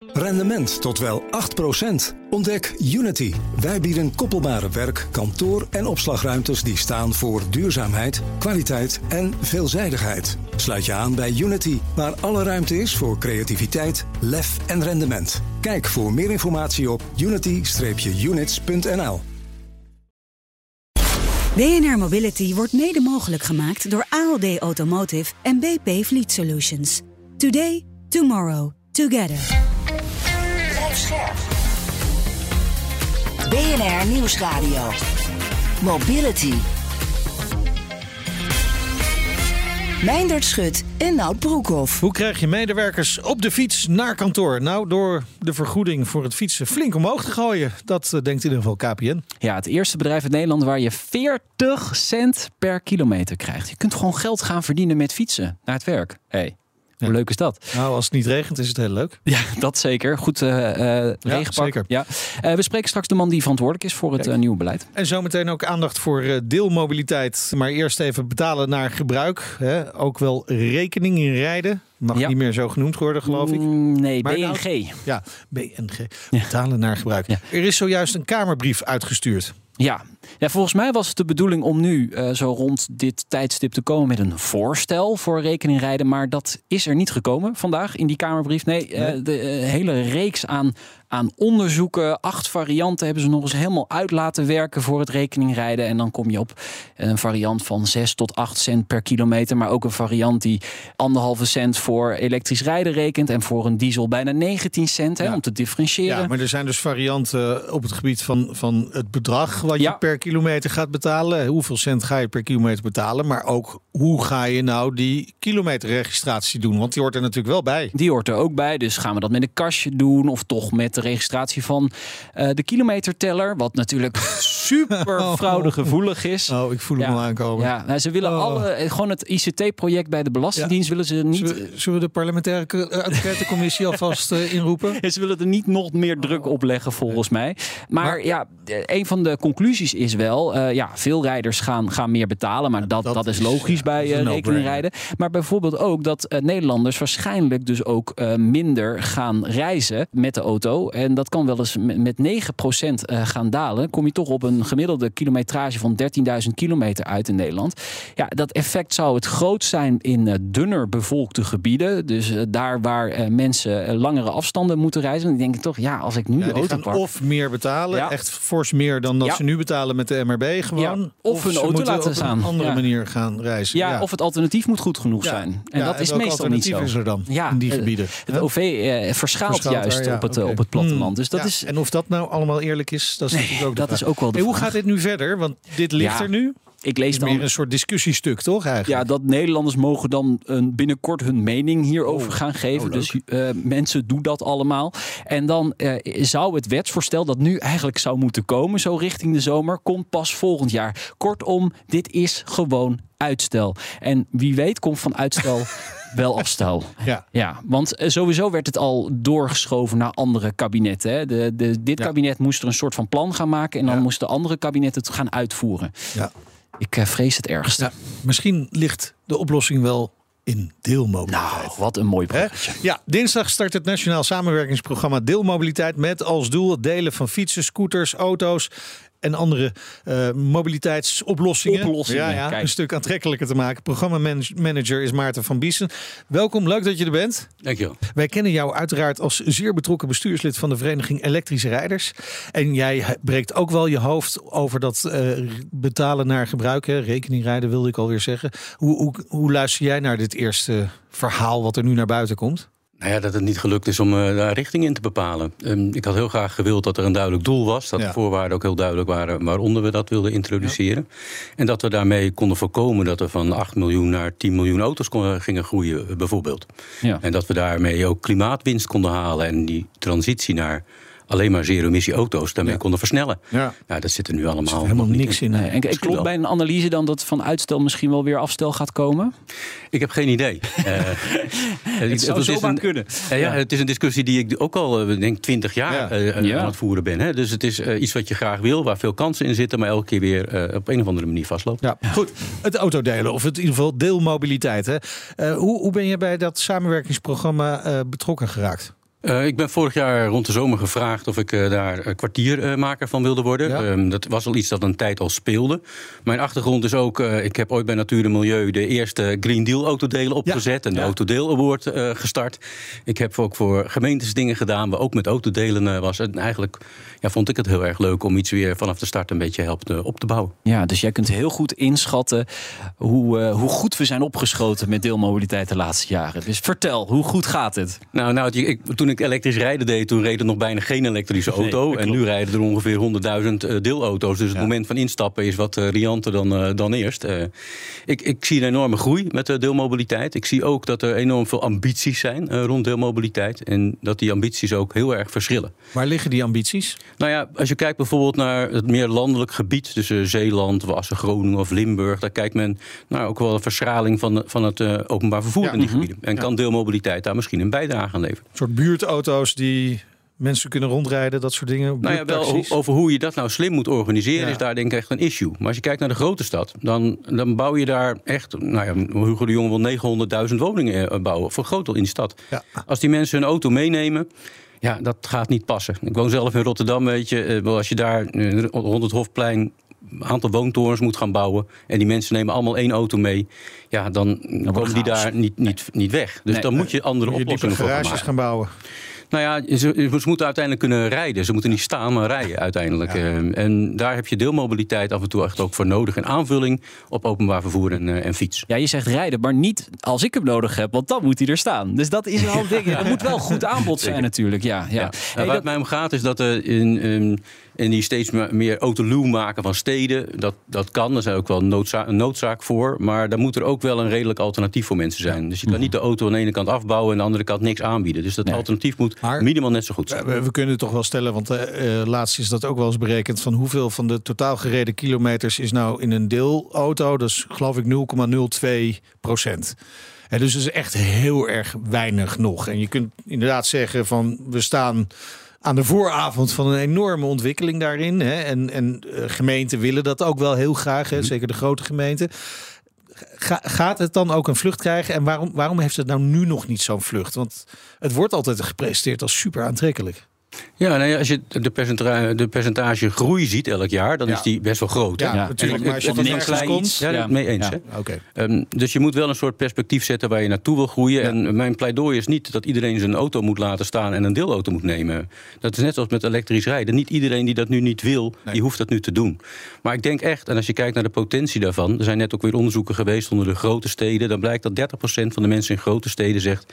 Rendement tot wel 8%. Ontdek Unity. Wij bieden koppelbare werk, kantoor en opslagruimtes die staan voor duurzaamheid, kwaliteit en veelzijdigheid. Sluit je aan bij Unity, waar alle ruimte is voor creativiteit, lef en rendement. Kijk voor meer informatie op unity-units.nl. BNR Mobility wordt mede mogelijk gemaakt door ALD Automotive en BP Fleet Solutions. Today, tomorrow, together. BNR Nieuwsradio. Mobility. Meindert Schut en Nout Broekhoff. Hoe krijg je medewerkers op de fiets naar kantoor? Nou, door de vergoeding voor het fietsen flink omhoog te gooien. Dat denkt in ieder geval KPN. Ja, het eerste bedrijf in Nederland waar je 40 cent per kilometer krijgt. Je kunt gewoon geld gaan verdienen met fietsen naar het werk. Hoe leuk is dat? Nou, als het niet regent is het heel leuk. Ja, dat zeker. Goed regenpak. Zeker. Ja. We spreken straks de man die verantwoordelijk is voor het nieuwe beleid. En zometeen ook aandacht voor deelmobiliteit. Maar eerst even betalen naar gebruik. Hè? Ook wel rekening in rijden. Mag niet meer zo genoemd worden, geloof ik. Nee, maar BNG. Ja, BNG. Betalen naar gebruik. Ja. Er is zojuist een Kamerbrief uitgestuurd. Ja, volgens mij was het de bedoeling om nu zo rond dit tijdstip te komen met een voorstel voor rekeningrijden. Maar dat is er niet gekomen vandaag in die Kamerbrief. Nee. De hele reeks aan onderzoeken, 8 varianten hebben ze nog eens helemaal uit laten werken voor het rekeningrijden. En dan kom je op een variant van 6 tot 8 cent per kilometer. Maar ook een variant die 1,5 cent voor elektrisch rijden rekent. En voor een diesel bijna 19 cent om te differentiëren. Ja, maar er zijn dus varianten op het gebied van het bedrag wat je per kilometer gaat betalen. Hoeveel cent ga je per kilometer betalen? Maar ook hoe ga je nou die kilometerregistratie doen? Want die hoort er natuurlijk wel bij. Die hoort er ook bij. Dus gaan we dat met een kastje doen of toch met de registratie van de kilometerteller. Wat natuurlijk super fraudegevoelig is. Oh, ik voel hem al aankomen. Ja, nou, ze willen gewoon het ICT-project bij de Belastingdienst willen ze niet. Zullen we de parlementaire enquêtecommissie alvast inroepen? Ze willen er niet nog meer druk op leggen, volgens mij. Maar een van de conclusies is wel, veel rijders gaan meer betalen. Maar dat is logisch bij rekeningrijden. Maar bijvoorbeeld ook dat Nederlanders waarschijnlijk dus ook minder gaan reizen met de auto. En dat kan wel eens met 9% gaan dalen. Kom je toch op een gemiddelde kilometrage van 13.000 kilometer uit in Nederland. Ja, dat effect zou het groot zijn in dunner bevolkte gebieden. Dus daar waar mensen langere afstanden moeten reizen. Dan denk ik toch, als ik nu de auto pak. Of meer betalen, echt fors meer dan dat ze nu betalen met de MRB gewoon. Ja, of hun auto laten staan. Op een andere manier gaan reizen. Ja, of het alternatief moet goed genoeg zijn. En dat is meestal niet zo. Is er dan in die gebieden? Het OV verschaalt juist op het platteland. Dus dat is. En of dat nou allemaal eerlijk is, dat is natuurlijk ook de vraag. Is ook wel de vraag. Hoe gaat dit nu verder? Want dit ligt er nu. Ik lees dan meer een soort discussiestuk, toch eigenlijk? Ja, dat Nederlanders mogen dan binnenkort hun mening hierover gaan geven. Dus mensen doen dat allemaal. En dan zou het wetsvoorstel dat nu eigenlijk zou moeten komen, zo richting de zomer, komt pas volgend jaar. Kortom, dit is gewoon uitstel. En wie weet komt van uitstel wel afstel. Ja, want sowieso werd het al doorgeschoven naar andere kabinetten. Hè. Dit kabinet moest er een soort van plan gaan maken en dan moesten andere kabinetten het gaan uitvoeren. Ja. Ik vrees het ergste. Ja, misschien ligt de oplossing wel in deelmobiliteit. Nou, wat een mooi projectje. Ja, dinsdag start het Nationaal Samenwerkingsprogramma Deelmobiliteit met als doel het delen van fietsen, scooters, auto's en andere mobiliteitsoplossingen. Ja, een stuk aantrekkelijker te maken. Programmamanager is Maarten van Biesen. Welkom, leuk dat je er bent. Dankjewel. Wij kennen jou uiteraard als zeer betrokken bestuurslid van de Vereniging Elektrische Rijders. En jij breekt ook wel je hoofd over dat betalen naar gebruik. Rekeningrijden wilde ik alweer zeggen. Hoe luister jij naar dit eerste verhaal wat er nu naar buiten komt? Nou ja, dat het niet gelukt is om daar richting in te bepalen. Ik had heel graag gewild dat er een duidelijk doel was. Dat de voorwaarden ook heel duidelijk waren waaronder we dat wilden introduceren. Ja. En dat we daarmee konden voorkomen dat we van 8 miljoen naar 10 miljoen auto's gingen groeien, bijvoorbeeld. Ja. En dat we daarmee ook klimaatwinst konden halen en die transitie naar alleen maar zero-emissie auto's daarmee konden versnellen. Ja. Nou, dat zit er nu allemaal helemaal niks in. Nee. En klopt bij een analyse dan dat van uitstel misschien wel weer afstel gaat komen? Ik heb geen idee. Het zou zomaar kunnen. Het is een discussie die ik ook al, denk 20 jaar aan het voeren ben. Hè. Dus het is iets wat je graag wil, waar veel kansen in zitten, maar elke keer weer op een of andere manier vastloopt. Ja, goed. Het autodelen, of in ieder geval deelmobiliteit. Hè. Hoe ben je bij dat samenwerkingsprogramma betrokken geraakt? Ik ben vorig jaar rond de zomer gevraagd of ik daar kwartiermaker van wilde worden. Ja. Dat was al iets dat een tijd al speelde. Mijn achtergrond is ook, ik heb ooit bij Natuur en Milieu de eerste Green Deal autodelen opgezet en de Autodeel Award gestart. Ik heb ook voor gemeentes dingen gedaan waar ook met autodelen was. En eigenlijk vond ik het heel erg leuk om iets weer vanaf de start een beetje helpen op te bouwen. Ja, dus jij kunt heel goed inschatten hoe goed we zijn opgeschoten met deelmobiliteit de laatste jaren. Dus vertel, hoe goed gaat het? Toen ik elektrisch rijden deed, toen reed er nog bijna geen elektrische auto. Nee, en nu rijden er ongeveer 100.000 deelauto's. Dus het moment van instappen is wat rianter dan eerst. Ik zie een enorme groei met de deelmobiliteit. Ik zie ook dat er enorm veel ambities zijn rond deelmobiliteit. En dat die ambities ook heel erg verschillen. Waar liggen die ambities? Als je kijkt bijvoorbeeld naar het meer landelijk gebied, tussen Zeeland, Wassen, Groningen of Limburg, daar kijkt men ook wel een verschraling van het openbaar vervoer in die gebieden. En kan deelmobiliteit daar misschien een bijdrage aan leveren. Een soort buurtauto's die mensen kunnen rondrijden, dat soort dingen. Over hoe je dat nou slim moet organiseren is daar denk ik echt een issue. Maar als je kijkt naar de grote stad, dan bouw je daar echt, Hugo de Jonge wil 900.000 woningen bouwen, voor groot deel in de stad. Ja. Als die mensen hun auto meenemen, dat gaat niet passen. Ik woon zelf in Rotterdam, weet je. Als je daar rond het Hofplein een aantal woontorens moet gaan bouwen en die mensen nemen allemaal 1 auto mee, dan komen die daar niet weg. Dus dan moet je andere oplossingen voor gaan bouwen. Ze moeten uiteindelijk kunnen rijden. Ze moeten niet staan, maar rijden uiteindelijk. Ja. En daar heb je deelmobiliteit af en toe echt ook voor nodig. En aanvulling op openbaar vervoer en fiets. Ja, je zegt rijden, maar niet als ik hem nodig heb. Want dan moet hij er staan. Dus dat is wel een ding. Er moet wel goed aanbod zijn natuurlijk. Ja. Waar het mij om gaat is dat in die steeds meer autoluw maken van steden, dat kan. Daar is ook wel een noodzaak voor. Maar daar moet er ook wel een redelijk alternatief voor mensen zijn. Dus je kan niet de auto aan de ene kant afbouwen en aan de andere kant niks aanbieden. Dus dat alternatief moet minimaal net zo goed zijn. We kunnen het toch wel stellen, want laatst is dat ook wel eens berekend, van hoeveel van de totaal gereden kilometers is nou in een deelauto. Dat is geloof ik 0,02%. Dus dat is echt heel erg weinig nog. En je kunt inderdaad zeggen van we staan aan de vooravond van een enorme ontwikkeling daarin. En gemeenten willen dat ook wel heel graag. Zeker de grote gemeenten. Gaat het dan ook een vlucht krijgen? En waarom heeft het nou nu nog niet zo'n vlucht? Want het wordt altijd gepresenteerd als super aantrekkelijk. Ja, als je de percentage groei ziet elk jaar, dan is die best wel groot. Ja, natuurlijk. Maar als je van niks komt, mee eens. Okay. Dus je moet wel een soort perspectief zetten waar je naartoe wil groeien. Ja. En mijn pleidooi is niet dat iedereen zijn auto moet laten staan en een deelauto moet nemen. Dat is net zoals met elektrisch rijden. Niet iedereen die dat nu niet wil, die hoeft dat nu te doen. Maar ik denk echt, en als je kijkt naar de potentie daarvan, er zijn net ook weer onderzoeken geweest onder de grote steden, dan blijkt dat 30% van de mensen in grote steden zegt,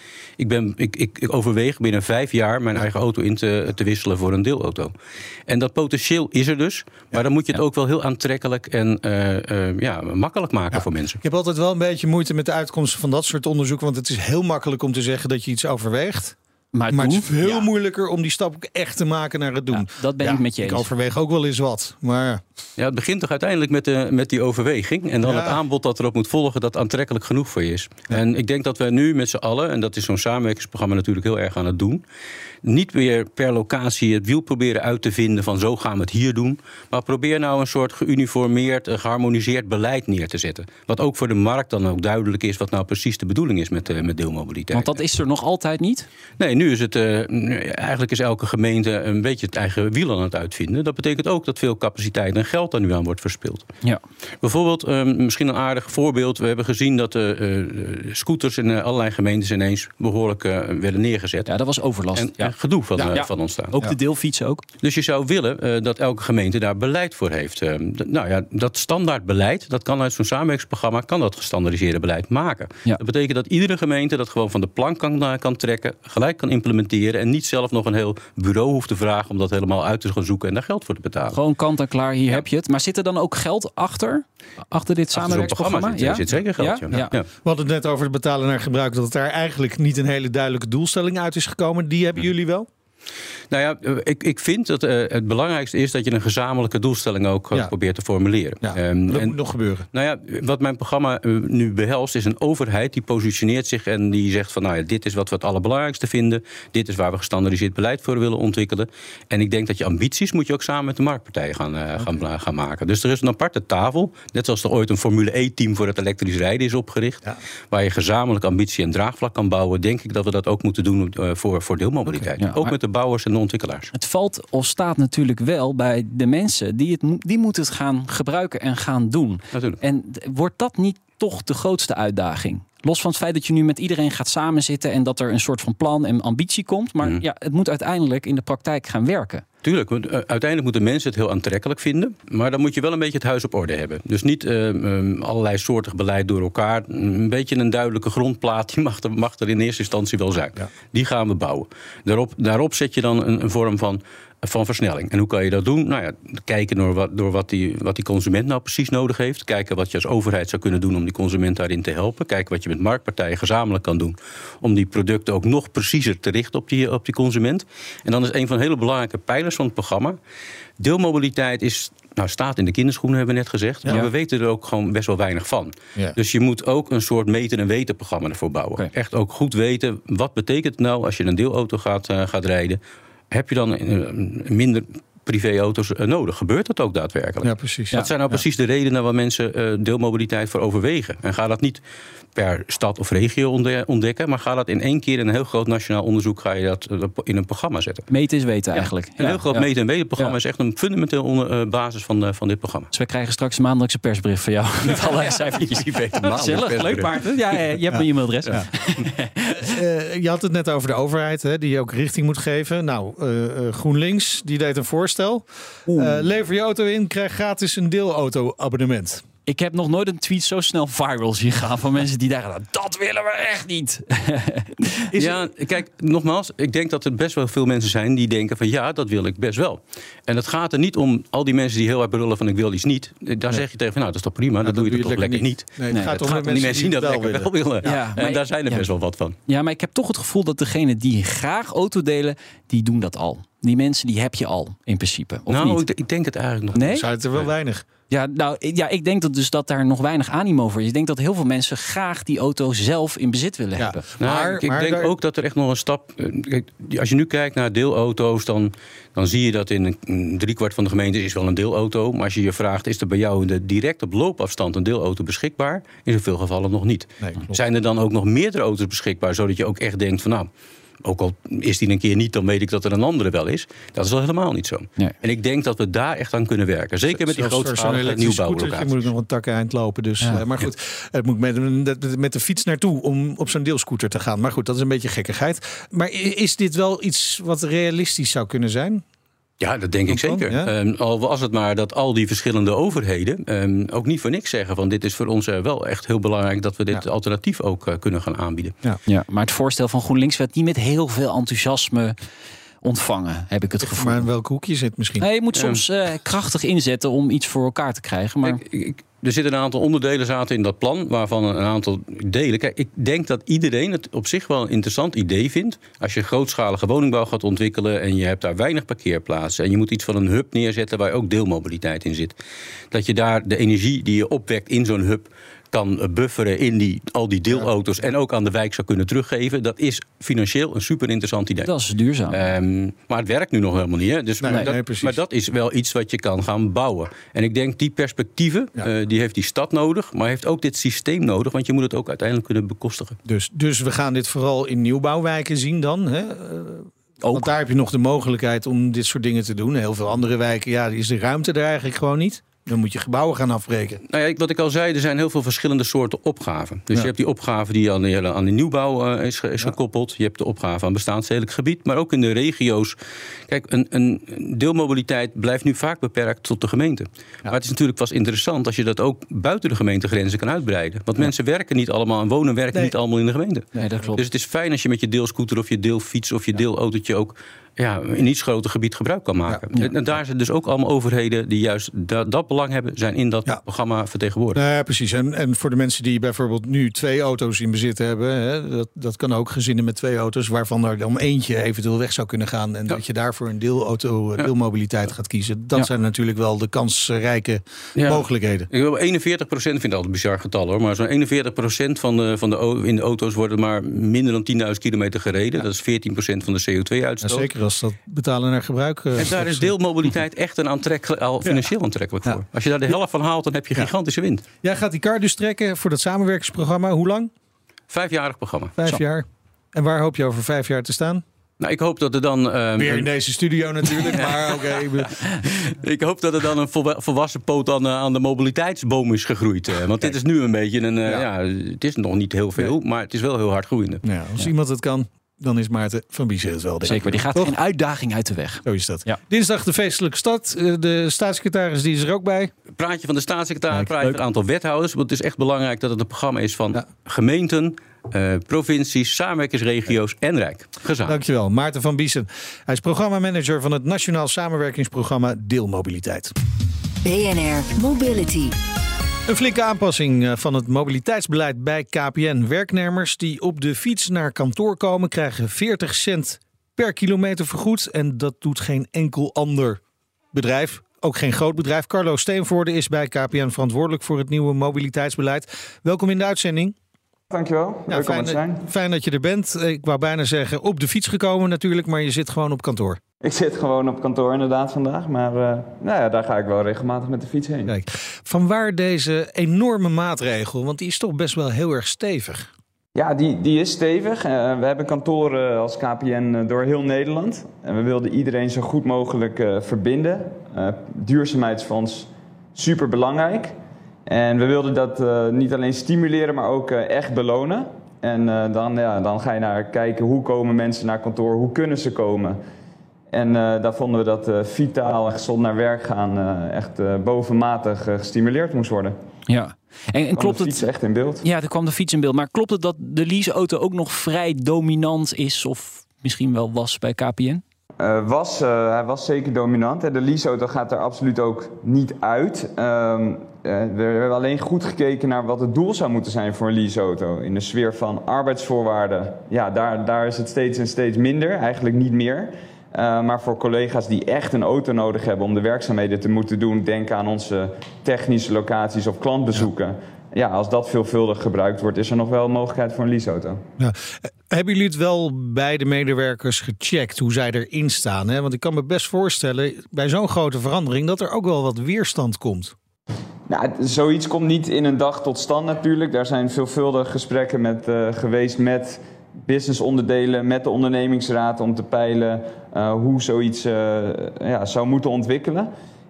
ik overweeg binnen 5 jaar mijn eigen auto in te wisselen voor een deelauto. En dat potentieel is er dus. Maar dan moet je het ook wel heel aantrekkelijk en makkelijk maken voor mensen. Ik heb altijd wel een beetje moeite met de uitkomsten van dat soort onderzoeken. Want het is heel makkelijk om te zeggen dat je iets overweegt. Maar het is veel moeilijker om die stap ook echt te maken naar het doen. Ja, dat ben ik met je eens. Ik overweeg ook wel eens wat. Maar het begint toch uiteindelijk met die overweging. En dan het aanbod dat erop moet volgen dat aantrekkelijk genoeg voor je is. Ja. En ik denk dat we nu met z'n allen, en dat is zo'n samenwerkingsprogramma natuurlijk heel erg aan het doen, niet weer per locatie het wiel proberen uit te vinden van zo gaan we het hier doen. Maar probeer nou een soort geuniformeerd, geharmoniseerd beleid neer te zetten. Wat ook voor de markt dan ook duidelijk is wat nou precies de bedoeling is met deelmobiliteit. Want dat is er nog altijd niet? Nee, nu is het eigenlijk is elke gemeente een beetje het eigen wiel aan het uitvinden. Dat betekent ook dat veel capaciteit en geld daar nu aan wordt verspild. Ja. Bijvoorbeeld, misschien een aardig voorbeeld. We hebben gezien dat scooters in allerlei gemeentes ineens behoorlijk werden neergezet. Ja, dat was overlast. En gedoe van ontstaan. Ook de deelfietsen ook. Dus je zou willen dat elke gemeente daar beleid voor heeft. Dat standaard beleid, dat kan uit zo'n samenwerkingsprogramma, kan dat gestandaardiseerde beleid maken. Ja. Dat betekent dat iedere gemeente dat gewoon van de plank kan trekken, gelijk kan implementeren en niet zelf nog een heel bureau hoeft te vragen om dat helemaal uit te gaan zoeken en daar geld voor te betalen. Gewoon kant en klaar, hier heb je het. Maar zit er dan ook geld achter dit samenwerkingsprogramma? Er zit zeker geld. Ja. We hadden het net over het betalen naar gebruik, dat het daar eigenlijk niet een hele duidelijke doelstelling uit is gekomen. Die hebben jullie wel? Nou ja, ik vind dat het belangrijkste is dat je een gezamenlijke doelstelling ook probeert te formuleren. Ja, dat moet nog gebeuren. Nou ja, wat mijn programma nu behelst is een overheid die positioneert zich en die zegt van, nou ja, dit is wat we het allerbelangrijkste vinden. Dit is waar we gestandaardiseerd beleid voor willen ontwikkelen. En ik denk dat je ambities moet je ook samen met de marktpartijen gaan maken. Dus er is een aparte tafel, net zoals er ooit een Formule E-team voor het elektrisch rijden is opgericht, waar je gezamenlijk ambitie en draagvlak kan bouwen. Denk ik dat we dat ook moeten doen voor deelmobiliteit. Okay, ook met de bouwers en de ontwikkelaars. Het valt of staat natuurlijk wel bij de mensen die moeten het gaan gebruiken en gaan doen. Natuurlijk. En wordt dat niet toch de grootste uitdaging? Los van het feit dat je nu met iedereen gaat samenzitten en dat er een soort van plan en ambitie komt. Maar het moet uiteindelijk in de praktijk gaan werken. Tuurlijk, want uiteindelijk moeten mensen het heel aantrekkelijk vinden. Maar dan moet je wel een beetje het huis op orde hebben. Dus niet allerlei soortig beleid door elkaar. Een beetje een duidelijke grondplaat, die mag er in eerste instantie wel zijn. Ja. Die gaan we bouwen. Daarop zet je dan een vorm van versnelling. En hoe kan je dat doen? Nou ja, kijken door wat die consument nou precies nodig heeft. Kijken wat je als overheid zou kunnen doen om die consument daarin te helpen. Kijken wat je met marktpartijen gezamenlijk kan doen om die producten ook nog preciezer te richten op die consument. En dan is een van de hele belangrijke pijlers van het programma. Deelmobiliteit staat in de kinderschoenen, hebben we net gezegd. Maar we weten er ook gewoon best wel weinig van. Ja. Dus je moet ook een soort meten en weten programma ervoor bouwen. Okay. Echt ook goed weten, wat betekent het nou als je een deelauto gaat rijden? Heb je dan minder privéauto's nodig? Gebeurt dat ook daadwerkelijk? Ja, precies. Dat zijn nou precies de redenen waar mensen deelmobiliteit voor overwegen. En ga dat niet per stad of regio ontdekken, maar ga dat in één keer in een heel groot nationaal onderzoek ga je dat in een programma zetten. Meten is weten eigenlijk. Een heel groot meten en weten programma is echt een fundamenteel basis van dit programma. Dus wij krijgen straks een maandelijkse persbrief van jou met allerlei cijfertjes. Gezellig, leuk Maarten. Ja, je hebt mijn e-mailadres. Ja. Je had het net over de overheid, hè, die je ook richting moet geven. Nou, GroenLinks, die deed een voorstel. Lever je auto in, krijg gratis een deelauto-abonnement. Ik heb nog nooit een tweet zo snel viral zien gaan van mensen die dachten, dat willen we echt niet. Kijk, nogmaals, ik denk dat er best wel veel mensen zijn die denken van ja, dat wil ik best wel. En het gaat er niet om al die mensen die heel hard brullen van ik wil iets niet. Daar zeg je tegen van nou, dat is toch prima, dat doe je toch lekker niet. Nee, het gaat om die mensen die dat lekker wel willen. Ja, en daar zijn er best wel wat van. Ja, maar ik heb toch het gevoel dat degenen die graag auto delen, die doen dat al. Die mensen die heb je al in principe. Of niet? Ik denk het eigenlijk nog niet. Nee? Zijn het er wel weinig? Ja, ik denk dat daar nog weinig animo voor is. Ik denk dat heel veel mensen graag die auto zelf in bezit willen hebben. Maar ik denk ook dat er echt nog een stap. Als je nu kijkt naar deelauto's, dan zie je dat in een 3/4 van de gemeente is wel een deelauto. Maar als je je vraagt, is er bij jou direct op loopafstand een deelauto beschikbaar? In veel gevallen nog niet. Nee, zijn er dan ook nog meerdere auto's beschikbaar, zodat je ook echt denkt van nou, ook al is die een keer niet, dan weet ik dat er een andere wel is. Dat is wel helemaal niet zo. Nee. En ik denk dat we daar echt aan kunnen werken. Zeker met die grootschalige nieuwbouwlocaties. Je moet nog een takkeneind lopen. Dus, maar goed, het moet met de fiets naartoe om op zo'n deelscooter te gaan. Maar goed, dat is een beetje gekkigheid. Maar is dit wel iets wat realistisch zou kunnen zijn? Ja, dat denk ik zeker. Ja? Al was het maar dat al die verschillende overheden ook niet voor niks zeggen van dit is voor ons wel echt heel belangrijk dat we dit alternatief ook kunnen gaan aanbieden. Ja, maar het voorstel van GroenLinks werd niet met heel veel enthousiasme ontvangen, heb ik het gevoel. Maar in welk hoekje zit misschien? Je moet soms krachtig inzetten om iets voor elkaar te krijgen. Maar er zitten een aantal onderdelen zaten in dat plan, waarvan een aantal delen. Kijk, ik denk dat iedereen het op zich wel een interessant idee vindt. Als je grootschalige woningbouw gaat ontwikkelen en je hebt daar weinig parkeerplaatsen en je moet iets van een hub neerzetten waar ook deelmobiliteit in zit. Dat je daar de energie die je opwekt in zo'n hub kan bufferen in al die deelauto's en ook aan de wijk zou kunnen teruggeven. Dat is financieel een super interessant idee. Dat is duurzaam. Maar het werkt nu nog helemaal niet. Hè? Dus maar dat is wel iets wat je kan gaan bouwen. En ik denk die perspectieven, die heeft die stad nodig, maar heeft ook dit systeem nodig, want je moet het ook uiteindelijk kunnen bekostigen. Dus we gaan dit vooral in nieuwbouwwijken zien dan, hè? Want daar heb je nog de mogelijkheid om dit soort dingen te doen. Heel veel andere wijken, is de ruimte er eigenlijk gewoon niet. Dan moet je gebouwen gaan afbreken. Nou ja, wat ik al zei, er zijn heel veel verschillende soorten opgaven. Dus je hebt die opgave die aan de nieuwbouw is gekoppeld. Je hebt de opgave aan bestaansstedelijk gebied. Maar ook in de regio's. Kijk, een deelmobiliteit blijft nu vaak beperkt tot de gemeente. Ja. Maar het is natuurlijk pas interessant als je dat ook buiten de gemeentegrenzen kan uitbreiden. Want mensen werken niet allemaal en wonen en werken niet allemaal in de gemeente. Nee, dat klopt. Dus het is fijn als je met je deelscooter of je deelfiets of je deelautootje ook in iets groter gebied gebruik kan maken. Ja. En daar zijn dus ook allemaal overheden die juist dat belang hebben, zijn in dat programma vertegenwoordigd. Ja, precies. En voor de mensen die bijvoorbeeld nu 2 auto's in bezit hebben, hè, dat kan ook gezinnen met 2 auto's, waarvan er dan eentje eventueel weg zou kunnen gaan. En dat je daarvoor een deelmobiliteit gaat kiezen. Dat zijn natuurlijk wel de kansrijke mogelijkheden. 41% vind ik altijd een bizar getal hoor. Maar zo'n 41% in de auto's worden maar minder dan 10.000 kilometer gereden. Ja. Dat is 14% van de CO2-uitstoot. Ja, zeker als dat betalen naar gebruik. En daar is deelmobiliteit echt al financieel aantrekkelijk voor. Als je daar de helft van haalt, dan heb je gigantische winst. Jij gaat die kar dus trekken voor dat samenwerkingsprogramma. Hoe lang? 5-jarig programma. 5 jaar. En waar hoop je over 5 jaar te staan? Nou, ik hoop dat er dan... weer in deze studio natuurlijk, maar oké. Ik hoop dat er dan een volwassen poot aan de mobiliteitsboom is gegroeid. Want dit is nu een beetje het is nog niet heel veel, maar het is wel heel hard groeiende. Ja, als iemand het kan, dan is Maarten van Biesen het wel. Zeker, die gaat geen uitdaging uit de weg. Zo is dat. Ja. Dinsdag de feestelijke stad. De staatssecretaris die is er ook bij. Praatje van de staatssecretaris, praatje van een aantal wethouders. Want het is echt belangrijk dat het een programma is van gemeenten, provincies, samenwerkingsregio's en Rijk. Gezamenlijk. Dankjewel, Maarten van Biesen. Hij is programmamanager van het Nationaal Samenwerkingsprogramma Deelmobiliteit. BNR Mobility. Een flinke aanpassing van het mobiliteitsbeleid bij KPN. Werknemers die op de fiets naar kantoor komen krijgen 40 cent per kilometer vergoed. En dat doet geen enkel ander bedrijf. Ook geen groot bedrijf. Carlo Steenvoorde is bij KPN verantwoordelijk voor het nieuwe mobiliteitsbeleid. Welkom in de uitzending. Dankjewel. Leuk om te zijn. Fijn dat je er bent. Ik wou bijna zeggen op de fiets gekomen natuurlijk, maar je zit gewoon op kantoor. Ik zit gewoon op kantoor inderdaad vandaag, maar daar ga ik wel regelmatig met de fiets heen. Kijk, vanwaar deze enorme maatregel? Want die is toch best wel heel erg stevig. Ja, die is stevig. We hebben kantoren als KPN door heel Nederland. En we wilden iedereen zo goed mogelijk verbinden. Duurzaamheidsfonds, super belangrijk. En we wilden dat niet alleen stimuleren, maar ook echt belonen. En dan ga je naar kijken hoe komen mensen naar kantoor, hoe kunnen ze komen. En daar vonden we dat vitaal en gezond naar werk gaan echt bovenmatig gestimuleerd moest worden. Ja. En klopt de fiets echt in beeld? Ja, er kwam de fiets in beeld. Maar klopt het dat de leaseauto ook nog vrij dominant is of misschien wel was bij KPN? Hij was zeker dominant. De leaseauto gaat er absoluut ook niet uit. We hebben alleen goed gekeken naar wat het doel zou moeten zijn voor een leaseauto. In de sfeer van arbeidsvoorwaarden, daar is het steeds minder, eigenlijk niet meer. Maar voor collega's die echt een auto nodig hebben om de werkzaamheden te moeten doen, denk aan onze technische locaties of klantbezoeken. Ja, als dat veelvuldig gebruikt wordt, is er nog wel een mogelijkheid voor een leaseauto. Ja. Hebben jullie het wel bij de medewerkers gecheckt hoe zij erin staan? Hè? Want ik kan me best voorstellen bij zo'n grote verandering dat er ook wel wat weerstand komt. Nou, zoiets komt niet in een dag tot stand natuurlijk. Daar zijn veelvuldig gesprekken geweest met businessonderdelen, met de ondernemingsraad om te peilen hoe zoiets zou moeten ontwikkelen.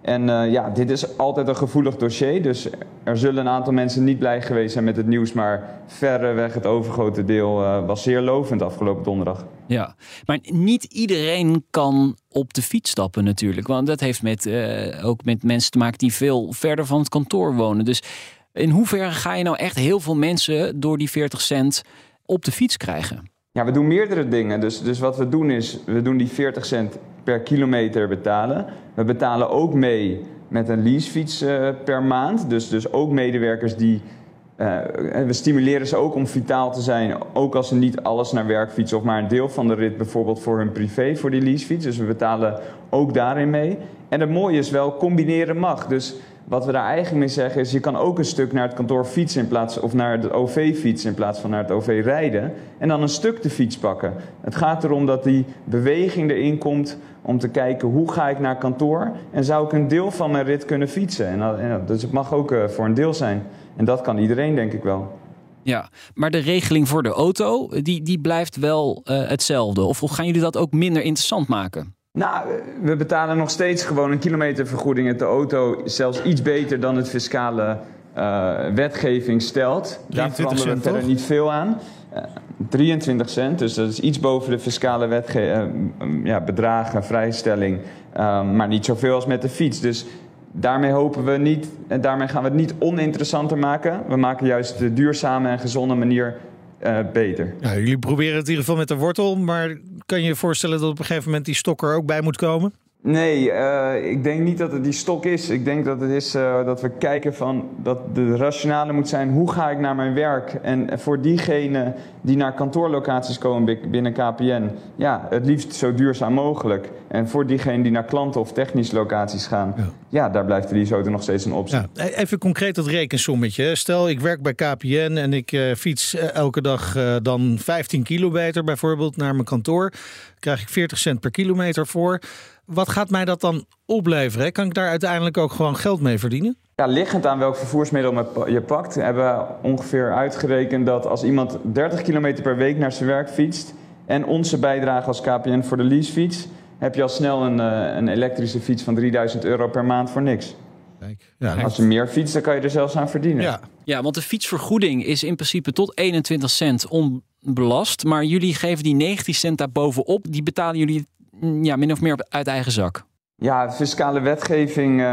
En dit is altijd een gevoelig dossier, dus er zullen een aantal mensen niet blij geweest zijn met het nieuws, maar verreweg het overgrote deel was zeer lovend afgelopen donderdag. Ja, maar niet iedereen kan op de fiets stappen natuurlijk, want dat heeft ook met mensen te maken die veel verder van het kantoor wonen. Dus in hoeverre ga je nou echt heel veel mensen door die 40 cent op de fiets krijgen? Ja, we doen meerdere dingen. Dus wat we doen is, we doen die 40 cent per kilometer betalen. We betalen ook mee met een leasefiets per maand. Dus ook medewerkers die... we stimuleren ze ook om vitaal te zijn, ook als ze niet alles naar werk fietsen of maar een deel van de rit bijvoorbeeld voor hun privé, voor die leasefiets. Dus we betalen ook daarin mee. En het mooie is wel, combineren mag. Dus wat we daar eigenlijk mee zeggen is, je kan ook een stuk naar het kantoor fietsen of naar het OV fietsen in plaats van naar het OV rijden. En dan een stuk de fiets pakken. Het gaat erom dat die beweging erin komt om te kijken hoe ga ik naar kantoor en zou ik een deel van mijn rit kunnen fietsen. Dus het mag ook voor een deel zijn. En dat kan iedereen, denk ik wel. Ja, maar de regeling voor de auto, die blijft wel hetzelfde. Of gaan jullie dat ook minder interessant maken? Nou, we betalen nog steeds gewoon een kilometervergoeding met de auto. Zelfs iets beter dan het fiscale wetgeving stelt. Daar veranderen we verder niet veel aan. 23 cent, dus dat is iets boven de fiscale bedragen, vrijstelling. Maar niet zoveel als met de fiets. Dus daarmee hopen we niet, en daarmee gaan we het niet oninteressanter maken. We maken juist de duurzame en gezonde manier beter. Ja, jullie proberen het in ieder geval met de wortel, maar kan je je voorstellen dat op een gegeven moment die stok er ook bij moet komen? Nee, ik denk niet dat het die stok is. Ik denk dat het is dat we kijken van dat de rationale moet zijn, hoe ga ik naar mijn werk? En voor diegenen die naar kantoorlocaties komen binnen KPN, ja, het liefst zo duurzaam mogelijk. En voor diegenen die naar klanten of technische locaties gaan, ja daar blijft de leaseauto nog steeds een optie. Ja, even concreet dat rekensommetje. Stel, ik werk bij KPN en ik fiets elke dag dan 15 kilometer bijvoorbeeld naar mijn kantoor. Krijg ik 40 cent per kilometer voor. Wat gaat mij dat dan opleveren? Kan ik daar uiteindelijk ook gewoon geld mee verdienen? Ja, liggend aan welk vervoersmiddel je pakt, hebben we ongeveer uitgerekend dat als iemand 30 kilometer per week naar zijn werk fietst en onze bijdrage als KPN voor de leasefiets, heb je al snel een elektrische fiets van €3000 per maand voor niks. Kijk, ja, als je meer fietst, dan kan je er zelfs aan verdienen. Ja, want de fietsvergoeding is in principe tot 21 cent onbelast, maar jullie geven die 19 cent daarbovenop, die betalen jullie min of meer uit eigen zak. Ja, fiscale wetgeving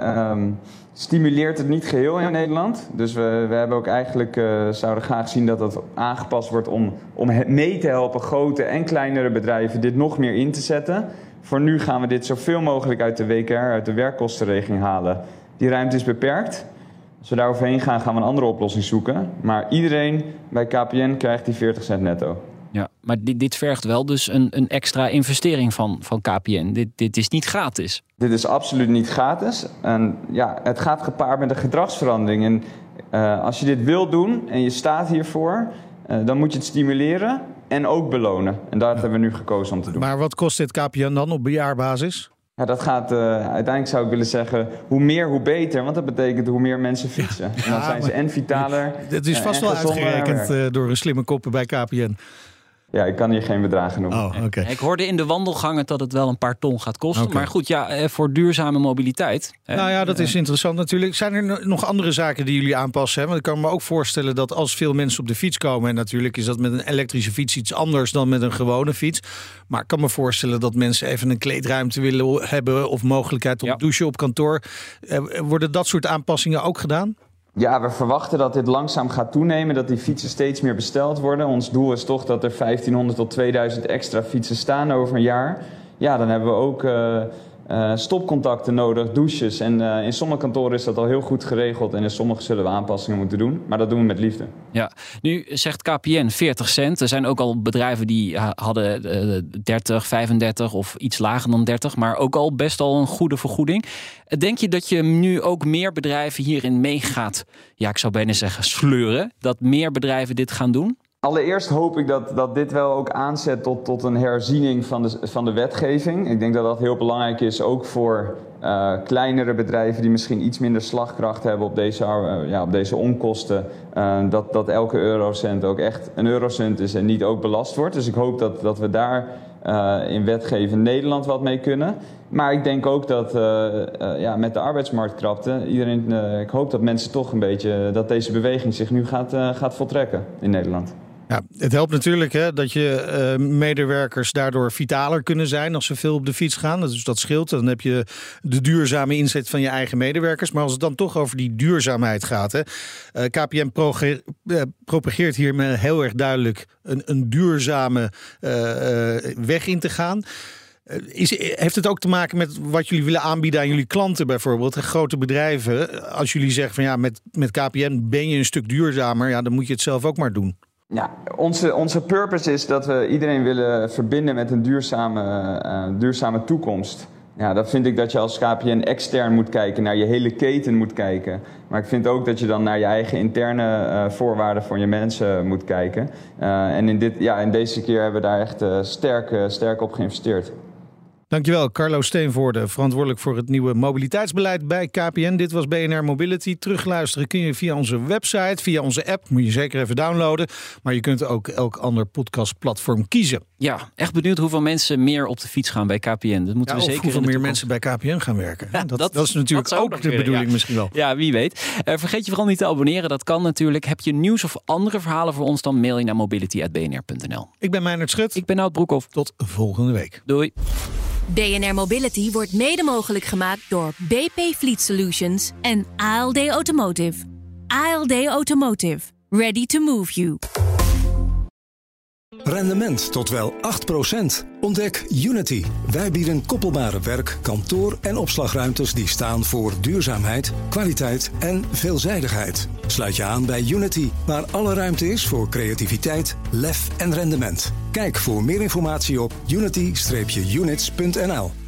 stimuleert het niet geheel in Nederland. Dus we hebben ook eigenlijk zouden graag zien dat dat aangepast wordt om mee te helpen grote en kleinere bedrijven dit nog meer in te zetten. Voor nu gaan we dit zoveel mogelijk uit de WKR, uit de werkkostenregeling halen. Die ruimte is beperkt. Als we daar overheen gaan, gaan we een andere oplossing zoeken. Maar iedereen bij KPN krijgt die 40 cent netto. Ja, maar dit vergt wel dus een extra investering van KPN. Dit is niet gratis. Dit is absoluut niet gratis. En ja, het gaat gepaard met een gedragsverandering. En als je dit wil doen en je staat hiervoor, dan moet je het stimuleren en ook belonen. En dat hebben we nu gekozen om te doen. Maar wat kost dit KPN dan op jaarbasis? Ja, dat gaat, uiteindelijk zou ik willen zeggen, hoe meer hoe beter. Want dat betekent hoe meer mensen fietsen. En dan zijn ze en vitaler. Het is vast wel uitgerekend door een slimme koppen bij KPN. Ja, ik kan hier geen bedragen noemen. Oh, okay. Ik hoorde in de wandelgangen dat het wel een paar ton gaat kosten. Okay. Maar goed, voor duurzame mobiliteit. Nou ja, dat is interessant natuurlijk. Zijn er nog andere zaken die jullie aanpassen? Hè? Want ik kan me ook voorstellen dat als veel mensen op de fiets komen, en natuurlijk is dat met een elektrische fiets iets anders dan met een gewone fiets. Maar ik kan me voorstellen dat mensen even een kleedruimte willen hebben of mogelijkheid om te douchen op kantoor. Worden dat soort aanpassingen ook gedaan? Ja, we verwachten dat dit langzaam gaat toenemen, dat die fietsen steeds meer besteld worden. Ons doel is toch dat er 1500 tot 2000 extra fietsen staan over een jaar. Ja, dan hebben we ook stopcontacten nodig, douches. En in sommige kantoren is dat al heel goed geregeld en in sommige zullen we aanpassingen moeten doen. Maar dat doen we met liefde. Ja, nu zegt KPN 40 cent. Er zijn ook al bedrijven die hadden 30, 35 of iets lager dan 30. Maar ook al best al een goede vergoeding. Denk je dat je nu ook meer bedrijven hierin mee gaat, ik zou bijna zeggen sleuren? Dat meer bedrijven dit gaan doen? Allereerst hoop ik dat dit wel ook aanzet tot een herziening van de wetgeving. Ik denk dat dat heel belangrijk is, ook voor kleinere bedrijven die misschien iets minder slagkracht hebben op deze onkosten. Dat elke eurocent ook echt een eurocent is en niet ook belast wordt. Dus ik hoop dat we daar in wetgeven Nederland wat mee kunnen. Maar ik denk ook dat met de arbeidsmarktkrapte, ik hoop dat mensen toch een beetje, dat deze beweging zich nu gaat voltrekken in Nederland. Ja, het helpt natuurlijk dat je medewerkers daardoor vitaler kunnen zijn als ze veel op de fiets gaan. Dus dat scheelt. Dan heb je de duurzame inzet van je eigen medewerkers. Maar als het dan toch over die duurzaamheid gaat. KPN propageert hiermee heel erg duidelijk een duurzame weg in te gaan. Heeft het ook te maken met wat jullie willen aanbieden aan jullie klanten bijvoorbeeld? Grote bedrijven. Als jullie zeggen van met KPN ben je een stuk duurzamer. Dan moet je het zelf ook maar doen. Ja, onze purpose is dat we iedereen willen verbinden met een duurzame toekomst. Ja, dat vind ik dat je als KPN extern moet kijken, naar je hele keten moet kijken. Maar ik vind ook dat je dan naar je eigen interne voorwaarden voor je mensen moet kijken. En in deze keer hebben we daar echt sterk op geïnvesteerd. Dankjewel, Carlo Steenvoorde, verantwoordelijk voor het nieuwe mobiliteitsbeleid bij KPN. Dit was BNR Mobility. Terugluisteren kun je via onze website, via onze app. Moet je zeker even downloaden. Maar je kunt ook elk ander podcastplatform kiezen. Ja, echt benieuwd hoeveel mensen meer op de fiets gaan bij KPN. Dat moeten we zeker. Hoeveel meer mensen bij KPN gaan werken. Ja, dat is natuurlijk ook de bedoeling misschien wel. Ja, wie weet. Vergeet je vooral niet te abonneren. Dat kan natuurlijk. Heb je nieuws of andere verhalen voor ons, dan mail je naar mobility@bnr.nl. Ik ben Meijnerd Schut. Ik ben Nout Broekhoff. Tot volgende week. Doei. BNR Mobility wordt mede mogelijk gemaakt door BP Fleet Solutions en ALD Automotive. ALD Automotive. Ready to move you. Rendement tot wel 8%. Ontdek Unity. Wij bieden koppelbare werk, kantoor en opslagruimtes die staan voor duurzaamheid, kwaliteit en veelzijdigheid. Sluit je aan bij Unity, waar alle ruimte is voor creativiteit, lef en rendement. Kijk voor meer informatie op unity-units.nl.